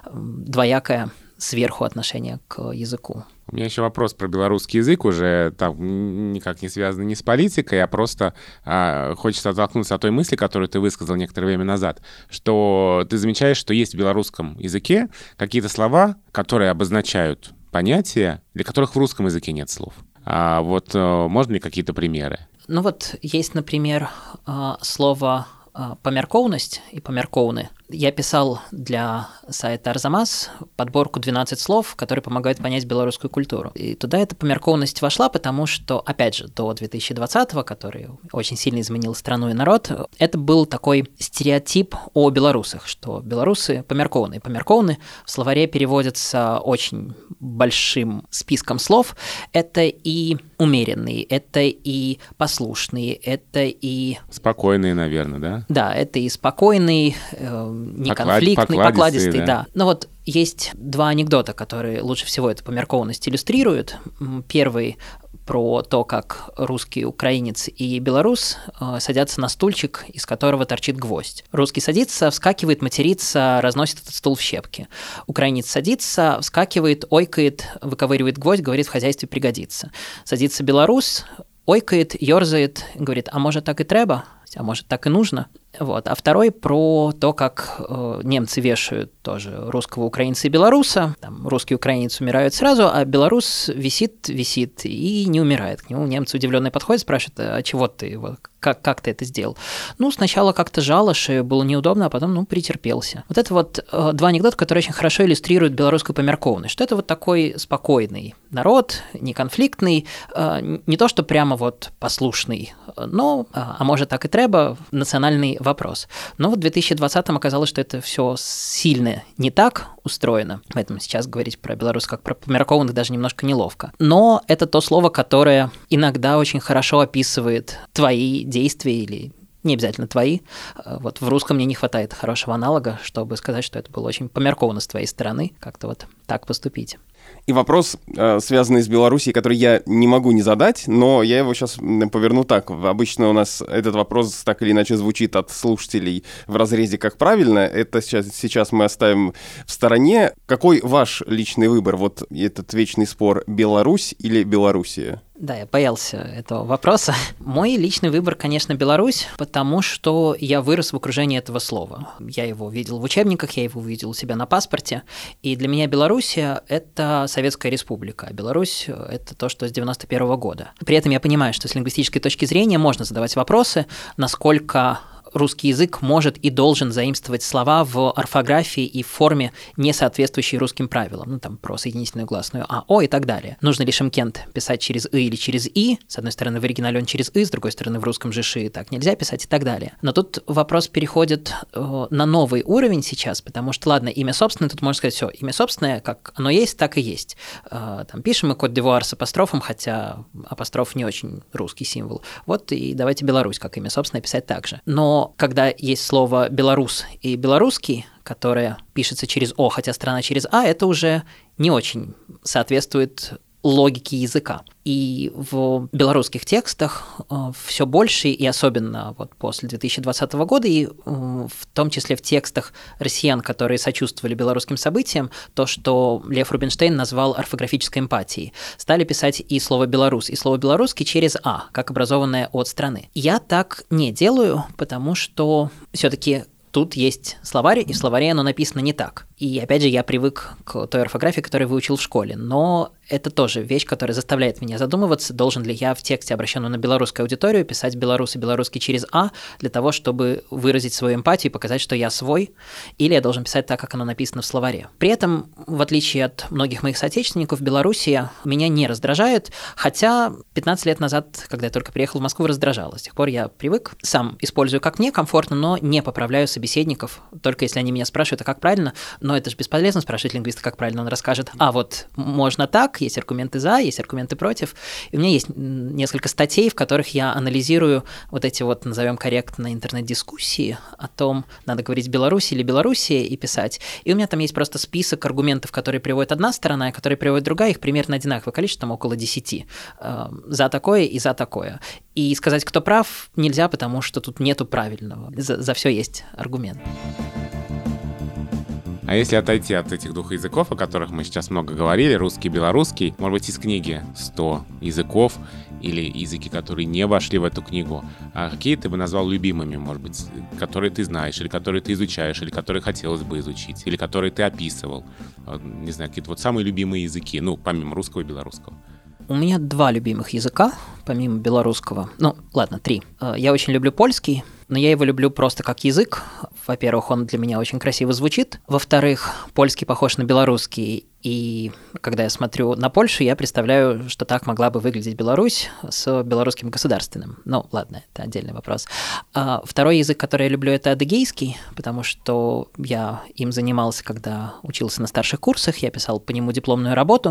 двоякое сверху отношение к языку. У меня еще вопрос про белорусский язык, уже там никак не связанный ни с политикой, а просто а, хочется оттолкнуться от той мысли, которую ты высказал некоторое время назад, что ты замечаешь, что есть в белорусском языке какие-то слова, которые обозначают понятия, для которых в русском языке нет слов. А вот а, можно ли какие-то примеры? Ну вот есть, например, слово «помяркоўнасць» и «помяркоўны». Я писал для сайта Арзамас подборку двенадцать слов, которые помогают понять белорусскую культуру. И туда эта померкованность вошла, потому что, опять же, до две тысячи двадцатого, который очень сильно изменил страну и народ, это был такой стереотип о белорусах, что белорусы померкованные. Померкованные в словаре переводятся очень большим списком слов. Это и умеренные, это и послушные, это и... Спокойные, наверное, да? Да, это и спокойный, э, неконфликтный, покладистый, покладистый, да. да. Ну вот есть два анекдота, которые лучше всего эту померкованность иллюстрируют. Первый про то, как русский украинец и белорус э, садятся на стульчик, из которого торчит гвоздь. Русский садится, вскакивает, матерится, разносит этот стул в щепки. Украинец садится, вскакивает, ойкает, выковыривает гвоздь, говорит, в хозяйстве пригодится. Садится белорус, ойкает, ёрзает, говорит, а может так и треба? А может так и нужно? Вот. А второй про то, как э, немцы вешают тоже русского украинца и белоруса. Там русский украинец умирают сразу, а белорус висит, висит и не умирает. К нему немцы удивленные подходят, спрашивают, а чего ты, вот, как, как ты это сделал? Ну, сначала как-то жало, шею было неудобно, а потом, ну, претерпелся. Вот это вот э, два анекдота, которые очень хорошо иллюстрируют белорусскую померкованность, что это вот такой спокойный народ, неконфликтный, э, не то, что прямо вот послушный, но, э, а может так и треба, национальный вопрос. Но вот в две тысячи двадцатом оказалось, что это все сильно не так устроено, поэтому сейчас говорить про белорус как про померкованных даже немножко неловко. Но это то слово, которое иногда очень хорошо описывает твои действия или не обязательно твои. Вот в русском мне не хватает хорошего аналога, чтобы сказать, что это было очень померкованно с твоей стороны, как-то вот так поступить. И вопрос, связанный с Белоруссией, который я не могу не задать, но я его сейчас поверну так. Обычно у нас этот вопрос так или иначе звучит от слушателей в разрезе «как правильно». Это сейчас, сейчас мы оставим в стороне. Какой ваш личный выбор? Вот этот вечный спор «Беларусь» или «Белоруссия»? Да, я боялся этого вопроса. Мой личный выбор, конечно, Беларусь, потому что я вырос в окружении этого слова. Я его видел в учебниках, я его видел у себя на паспорте. И для меня Белоруссия – это Советская Республика, а Беларусь – это то, что с девяносто первого года. При этом я понимаю, что с лингвистической точки зрения можно задавать вопросы, насколько русский язык может и должен заимствовать слова в орфографии и в форме, не соответствующей русским правилам. Ну, там, про соединительную гласную а, о и так далее. Нужно ли шымкент писать через «ы» или через «и»? С одной стороны, в оригинале он через «ы», с другой стороны, в русском же «ши» так нельзя писать и так далее. Но тут вопрос переходит э, на новый уровень сейчас, потому что, ладно, имя собственное, тут можно сказать, все, имя собственное, как оно есть, так и есть. Э, там пишем мы Кот-д'Ивуар с апострофом, хотя апостроф не очень русский символ. Вот и давайте Беларусь как имя собственное писать так же. Но когда есть слово «белорус» и «белорусский», которое пишется через «о», хотя страна через «а», это уже не очень соответствует логике языка. И в белорусских текстах э, все больше, и особенно вот после две тысячи двадцатого года, и э, в том числе в текстах россиян, которые сочувствовали белорусским событиям, то, что Лев Рубинштейн назвал орфографической эмпатией, стали писать и слово «белорус», и слово «белорусский» через «а», как образованное от страны. Я так не делаю, потому что все-таки тут есть словарь, и в словаре оно написано не так. И опять же, я привык к той орфографии, которую выучил в школе, но это тоже вещь, которая заставляет меня задумываться, должен ли я в тексте, обращенном на белорусскую аудиторию, писать «белорус» и «белорусский» через «а», для того, чтобы выразить свою эмпатию и показать, что я свой, или я должен писать так, как оно написано в словаре. При этом, в отличие от многих моих соотечественников, Белоруссия меня не раздражает, хотя пятнадцать лет назад, когда я только приехал в Москву, раздражала. С тех пор я привык, сам использую как мне комфортно, но не поправляю собеседников, только если они меня спрашивают, а как правильно. Но это же бесполезно спрашивать лингвиста, как правильно, он расскажет, а вот можно так, есть аргументы за, есть аргументы против. И у меня есть несколько статей, в которых я анализирую вот эти вот, назовем корректно, интернет-дискуссии о том, надо говорить Беларусь или Белоруссия и писать. И у меня там есть просто список аргументов, которые приводит одна сторона, и которые приводит другая, их примерно одинаковое количество, там около десяти. За такое и за такое. И сказать, кто прав, нельзя, потому что тут нету правильного. За, за все есть аргумент. А если отойти от этих двух языков, о которых мы сейчас много говорили, русский и белорусский, может быть, из книги сто языков или языки, которые не вошли в эту книгу, а какие ты бы назвал любимыми, может быть, которые ты знаешь, или которые ты изучаешь, или которые хотелось бы изучить, или которые ты описывал? Не знаю, какие-то вот самые любимые языки, ну, помимо русского и белорусского. У меня два любимых языка, помимо белорусского. Ну, ладно, три. Я очень люблю польский, но я его люблю просто как язык. Во-первых, он для меня очень красиво звучит. Во-вторых, польский похож на белорусский. И когда я смотрю на Польшу, я представляю, что так могла бы выглядеть Беларусь с белорусским государственным. Ну, ладно, это отдельный вопрос. А второй язык, который я люблю, это адыгейский, потому что я им занимался, когда учился на старших курсах, я писал по нему дипломную работу,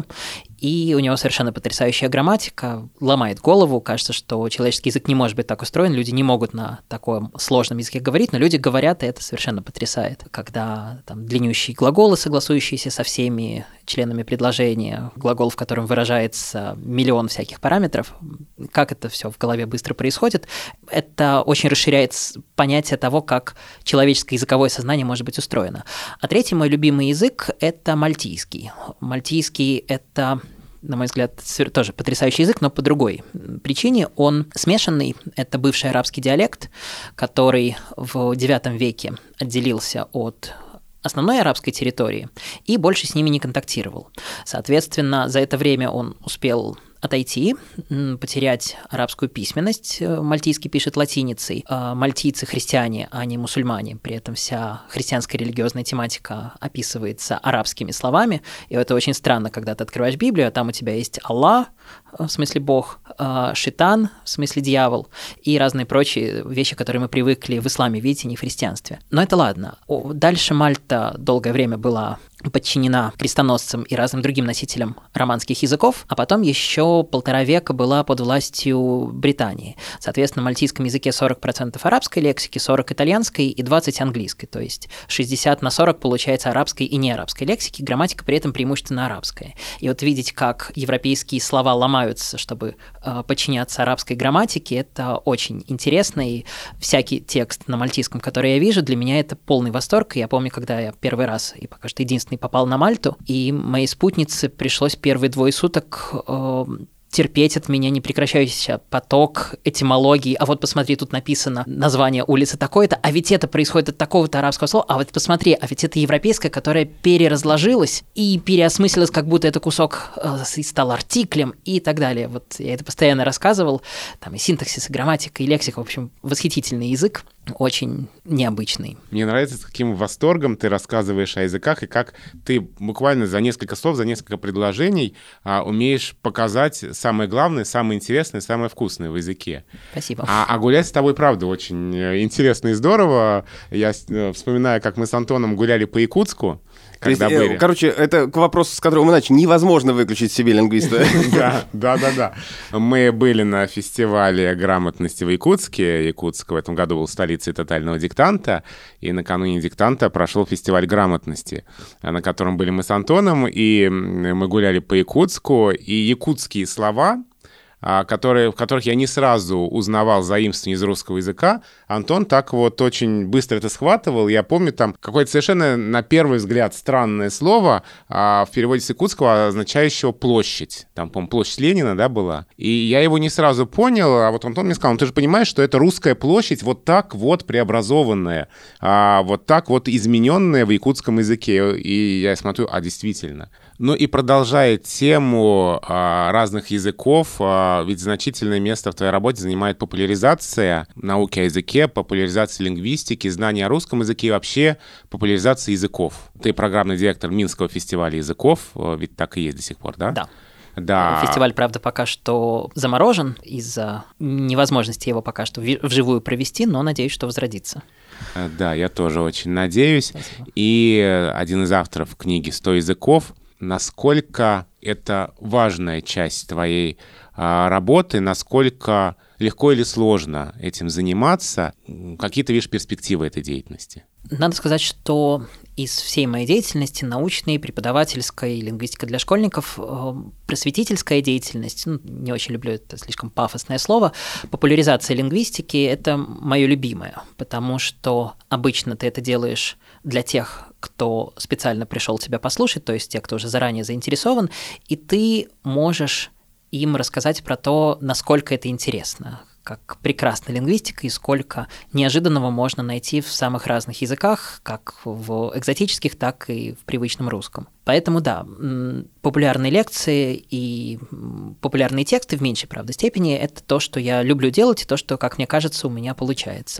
и у него совершенно потрясающая грамматика, ломает голову, кажется, что человеческий язык не может быть так устроен, люди не могут на таком сложном языке говорить, но люди говорят, и это совершенно потрясает, когда там длиннющие глаголы, согласующиеся со всеми членами предложения, глагол, в котором выражается миллион всяких параметров, как это все в голове быстро происходит, это очень расширяет понятие того, как человеческое языковое сознание может быть устроено. А третий мой любимый язык – это мальтийский. Мальтийский – это, на мой взгляд, тоже потрясающий язык, но по другой причине. Он смешанный, это бывший арабский диалект, который в девятом веке отделился от основной арабской территории и больше с ними не контактировал. Соответственно, за это время он успел отойти, потерять арабскую письменность. Мальтийский пишет латиницей. Мальтийцы христиане, а не мусульмане. При этом вся христианская религиозная тематика описывается арабскими словами. И это очень странно, когда ты открываешь Библию, а там у тебя есть Аллах, в смысле Бог, шайтан, в смысле дьявол, и разные прочие вещи, которые мы привыкли в исламе видеть, и не в христианстве. Но это ладно. Дальше Мальта долгое время была подчинена крестоносцам и разным другим носителям романских языков, а потом еще полтора века была под властью Британии. Соответственно, в мальтийском языке сорок процентов арабской лексики, сорок процентов итальянской и двадцать процентов английской, то есть шестьдесят на сорок получается арабской и неарабской лексики, грамматика при этом преимущественно арабская. И вот видеть, как европейские слова ломаются, чтобы э, подчиняться арабской грамматике, это очень интересно, и всякий текст на мальтийском, который я вижу, для меня это полный восторг. И я помню, когда я первый раз, и пока что единственный, попал на Мальту, и моей спутнице пришлось первые двое суток э, терпеть от меня непрекращающийся поток этимологии. А вот посмотри, тут написано название улицы такое-то, а ведь это происходит от такого-то арабского слова, а вот посмотри, а ведь это европейское, которое переразложилось и переосмыслилось, как будто это кусок э, стал артиклем и так далее. Вот я это постоянно рассказывал, там и синтаксис, и грамматика, и лексика, в общем, восхитительный язык. Очень необычный. Мне нравится, с каким восторгом ты рассказываешь о языках, и как ты буквально за несколько слов, за несколько предложений а, умеешь показать самое главное, самое интересное, самое вкусное в языке. Спасибо. А, а гулять с тобой, правда, очень интересно и здорово. Я вспоминаю, как мы с Антоном гуляли по Якутску, когда есть, были. Короче, это к вопросу, с которого мы начали. Невозможно выключить себе лингвиста. Да, да, да, да. Мы были на фестивале грамотности в Якутске. Якутск в этом году был столицей тотального диктанта. И накануне диктанта прошел фестиваль грамотности, на котором были мы с Антоном. И мы гуляли по Якутску. И якутские слова, которые, в которых я не сразу узнавал заимствование из русского языка, Антон так вот очень быстро это схватывал. Я помню там какое-то совершенно, на первый взгляд, странное слово а, в переводе с якутского, означающего площадь. Там, по-моему, площадь Ленина, да, была. И я его не сразу понял, а вот Антон мне сказал, ну ты же понимаешь, что это русская площадь вот так вот преобразованная, а, вот так вот измененная в якутском языке. И я смотрю, а действительно. Ну и продолжая тему а, разных языков, а, ведь значительное место в твоей работе занимает популяризация науки о языке, популяризация лингвистики, знания о русском языке и вообще популяризация языков. Ты программный директор Минского фестиваля языков, ведь так и есть до сих пор, да? Да. Да. Фестиваль, правда, пока что заморожен из-за невозможности его пока что вживую провести, но надеюсь, что возродится. Да, я тоже очень надеюсь. Спасибо. И один из авторов книги «сто языков», насколько это важная часть твоей а, работы, насколько легко или сложно этим заниматься, какие ты видишь перспективы этой деятельности? Надо сказать, что из всей моей деятельности, научной, преподавательской, лингвистика для школьников, просветительская деятельность, ну, не очень люблю это слишком пафосное слово, популяризация лингвистики – это мое любимое, потому что обычно ты это делаешь для тех, кто специально пришел тебя послушать, то есть те, кто уже заранее заинтересован, и ты можешь им рассказать про то, насколько это интересно, как прекрасна лингвистика и сколько неожиданного можно найти в самых разных языках, как в экзотических, так и в привычном русском. Поэтому да, популярные лекции и популярные тексты в меньшей, правда, степени – это то, что я люблю делать, и то, что, как мне кажется, у меня получается.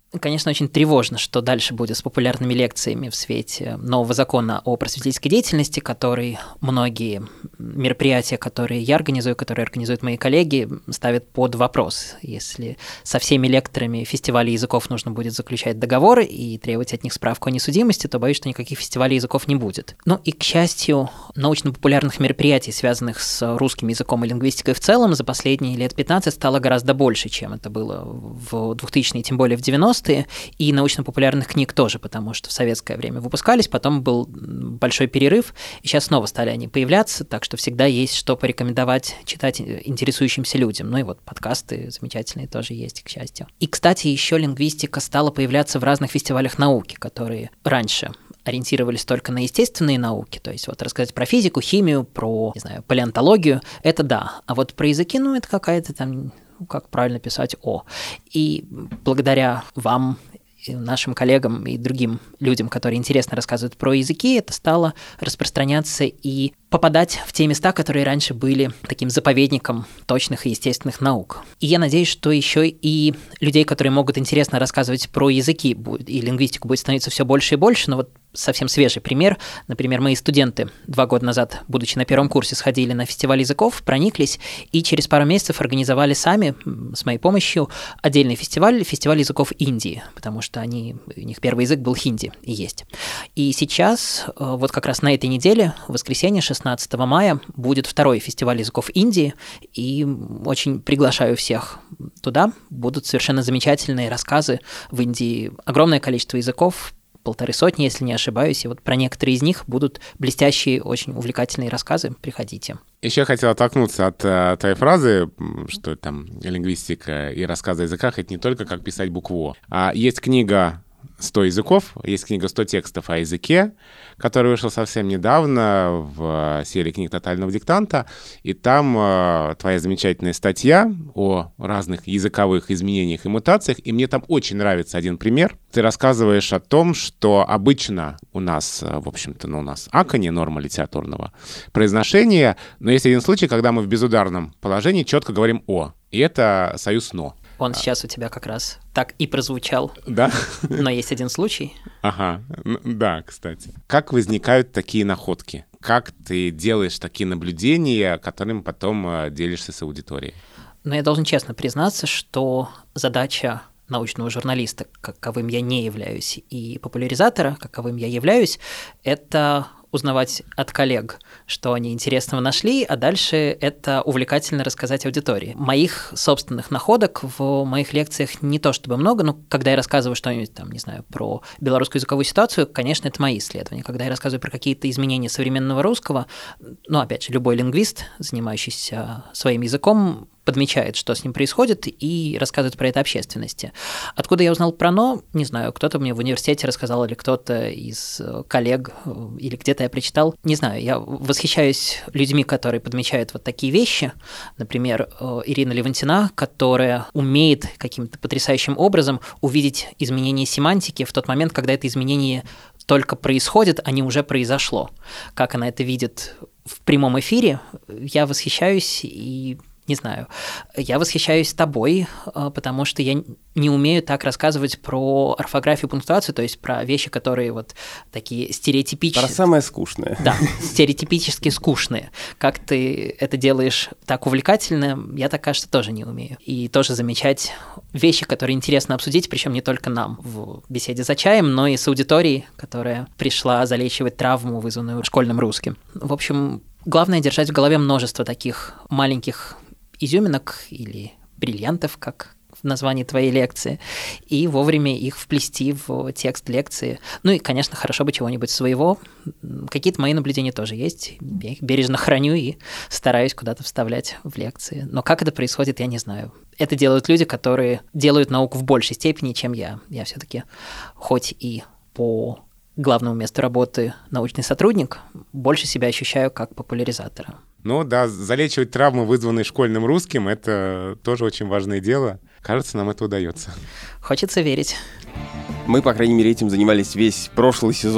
Конечно, очень тревожно, что дальше будет с популярными лекциями в свете нового закона о просветительской деятельности, который многие мероприятия, которые я организую, которые организуют мои коллеги, ставят под вопрос. Если со всеми лекторами фестиваля языков нужно будет заключать договоры и требовать от них справку о несудимости, то боюсь, что никаких фестивалей языков не будет. Ну и, к счастью, научно-популярных мероприятий, связанных с русским языком и лингвистикой в целом, за последние лет пятнадцать стало гораздо больше, чем это было в двухтысячные, тем более в девяностые. И научно-популярных книг тоже, потому что в советское время выпускались, потом был большой перерыв, и сейчас снова стали они появляться, так что всегда есть что порекомендовать читать интересующимся людям. Ну и вот подкасты замечательные тоже есть, к счастью. И, кстати, еще лингвистика стала появляться в разных фестивалях науки, которые раньше ориентировались только на естественные науки, то есть вот рассказать про физику, химию, про, не знаю, палеонтологию, это да, а вот про языки, ну, это какая-то там, как правильно писать «о». И благодаря вам, нашим коллегам и другим людям, которые интересно рассказывают про языки, это стало распространяться и попадать в те места, которые раньше были таким заповедником точных и естественных наук. И я надеюсь, что еще и людей, которые могут интересно рассказывать про языки и лингвистику, будет становиться все больше и больше, но вот совсем свежий пример. Например, мои студенты два года назад, будучи на первом курсе, сходили на фестиваль языков, прониклись и через пару месяцев организовали сами, с моей помощью, отдельный фестиваль, фестиваль языков Индии, потому что они, у них первый язык был хинди и есть. И сейчас, вот как раз на этой неделе, в воскресенье, шестнадцатого мая, будет второй фестиваль языков Индии, и очень приглашаю всех туда. Будут совершенно замечательные рассказы. В Индии огромное количество языков, полторы сотни, если не ошибаюсь, и вот про некоторые из них будут блестящие, очень увлекательные рассказы. Приходите. Еще хотел оттолкнуться от uh, твоей фразы, что там лингвистика и рассказы о языках — это не только как писать букву «О». А есть книга «сто языков», есть книга «сто текстов о языке», которая вышла совсем недавно в серии книг «Тотального диктанта», и там э, твоя замечательная статья о разных языковых изменениях и мутациях, и мне там очень нравится один пример. Ты рассказываешь о том, что обычно у нас, в общем-то, ну, у нас акони, норма литературного произношения, но есть один случай, когда мы в безударном положении четко говорим «о», и это союз «но». Он сейчас у тебя как раз так и прозвучал. Да? Но есть один случай. Ага, да, кстати. Как возникают такие находки? Как ты делаешь такие наблюдения, которыми потом делишься с аудиторией? Но я должен честно признаться, что задача научного журналиста, каковым я не являюсь, и популяризатора, каковым я являюсь, это узнавать от коллег, что они интересного нашли, а дальше это увлекательно рассказать аудитории. Моих собственных находок в моих лекциях не то чтобы много, но когда я рассказываю что-нибудь, там, не знаю, про белорусскую языковую ситуацию, конечно, это мои исследования. Когда я рассказываю про какие-то изменения современного русского, ну, опять же, любой лингвист, занимающийся своим языком, подмечает, что с ним происходит, и рассказывает про это общественности. Откуда я узнал про «но», не знаю, кто-то мне в университете рассказал, или кто-то из коллег, или где-то я прочитал. Не знаю, я восхищаюсь людьми, которые подмечают вот такие вещи. Например, Ирина Левантина, которая умеет каким-то потрясающим образом увидеть изменение семантики в тот момент, когда это изменение только происходит, а не уже произошло. Как она это видит в прямом эфире, я восхищаюсь и... Не знаю, я восхищаюсь тобой, потому что я не умею так рассказывать про орфографию, пунктуацию, то есть про вещи, которые вот такие стереотипичные. Про самое скучное. Да, стереотипически скучные. Как ты это делаешь так увлекательно, я так, кажется, тоже не умею. И тоже замечать вещи, которые интересно обсудить, причем не только нам в беседе за чаем, но и с аудиторией, которая пришла залечивать травму, вызванную школьным русским. В общем, главное держать в голове множество таких маленьких изюминок или бриллиантов, как в названии твоей лекции, и вовремя их вплести в текст лекции. Ну и, конечно, хорошо бы чего-нибудь своего. Какие-то мои наблюдения тоже есть. Я их бережно храню и стараюсь куда-то вставлять в лекции. Но как это происходит, я не знаю. Это делают люди, которые делают науку в большей степени, чем я. Я все-таки, хоть и по главному месту работы научный сотрудник, больше себя ощущаю как популяризатора. Ну да, залечивать травмы, вызванные школьным русским, это тоже очень важное дело. Кажется, нам это удается. Хочется верить. Мы, по крайней мере, этим занимались весь прошлый сезон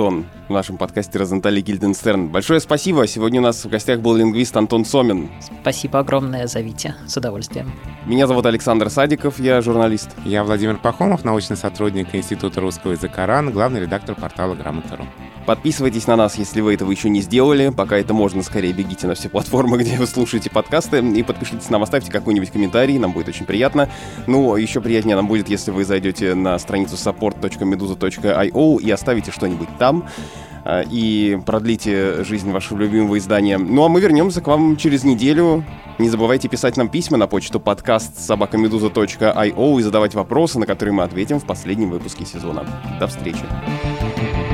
в нашем подкасте «Розенталь и Гильденстерн». Большое спасибо. Сегодня у нас в гостях был лингвист Антон Сомин. Спасибо огромное. Зовите. С удовольствием. Меня зовут Александр Садиков, я журналист. Я Владимир Пахомов, научный сотрудник Института русского языка РАН, главный редактор портала Грамота точка ру. Подписывайтесь на нас, если вы этого еще не сделали. Пока это можно, скорее бегите на все платформы, где вы слушаете подкасты, и подпишитесь нам, оставьте какой-нибудь комментарий, нам будет очень приятно. Ну, еще приятнее нам будет, если вы зайдете на страницу support точка meduza точка io и оставите что-нибудь там, и продлите жизнь вашего любимого издания. Ну, а мы вернемся к вам через неделю. Не забывайте писать нам письма на почту подкаст собака медуза точка io и задавать вопросы, на которые мы ответим в последнем выпуске сезона. До встречи.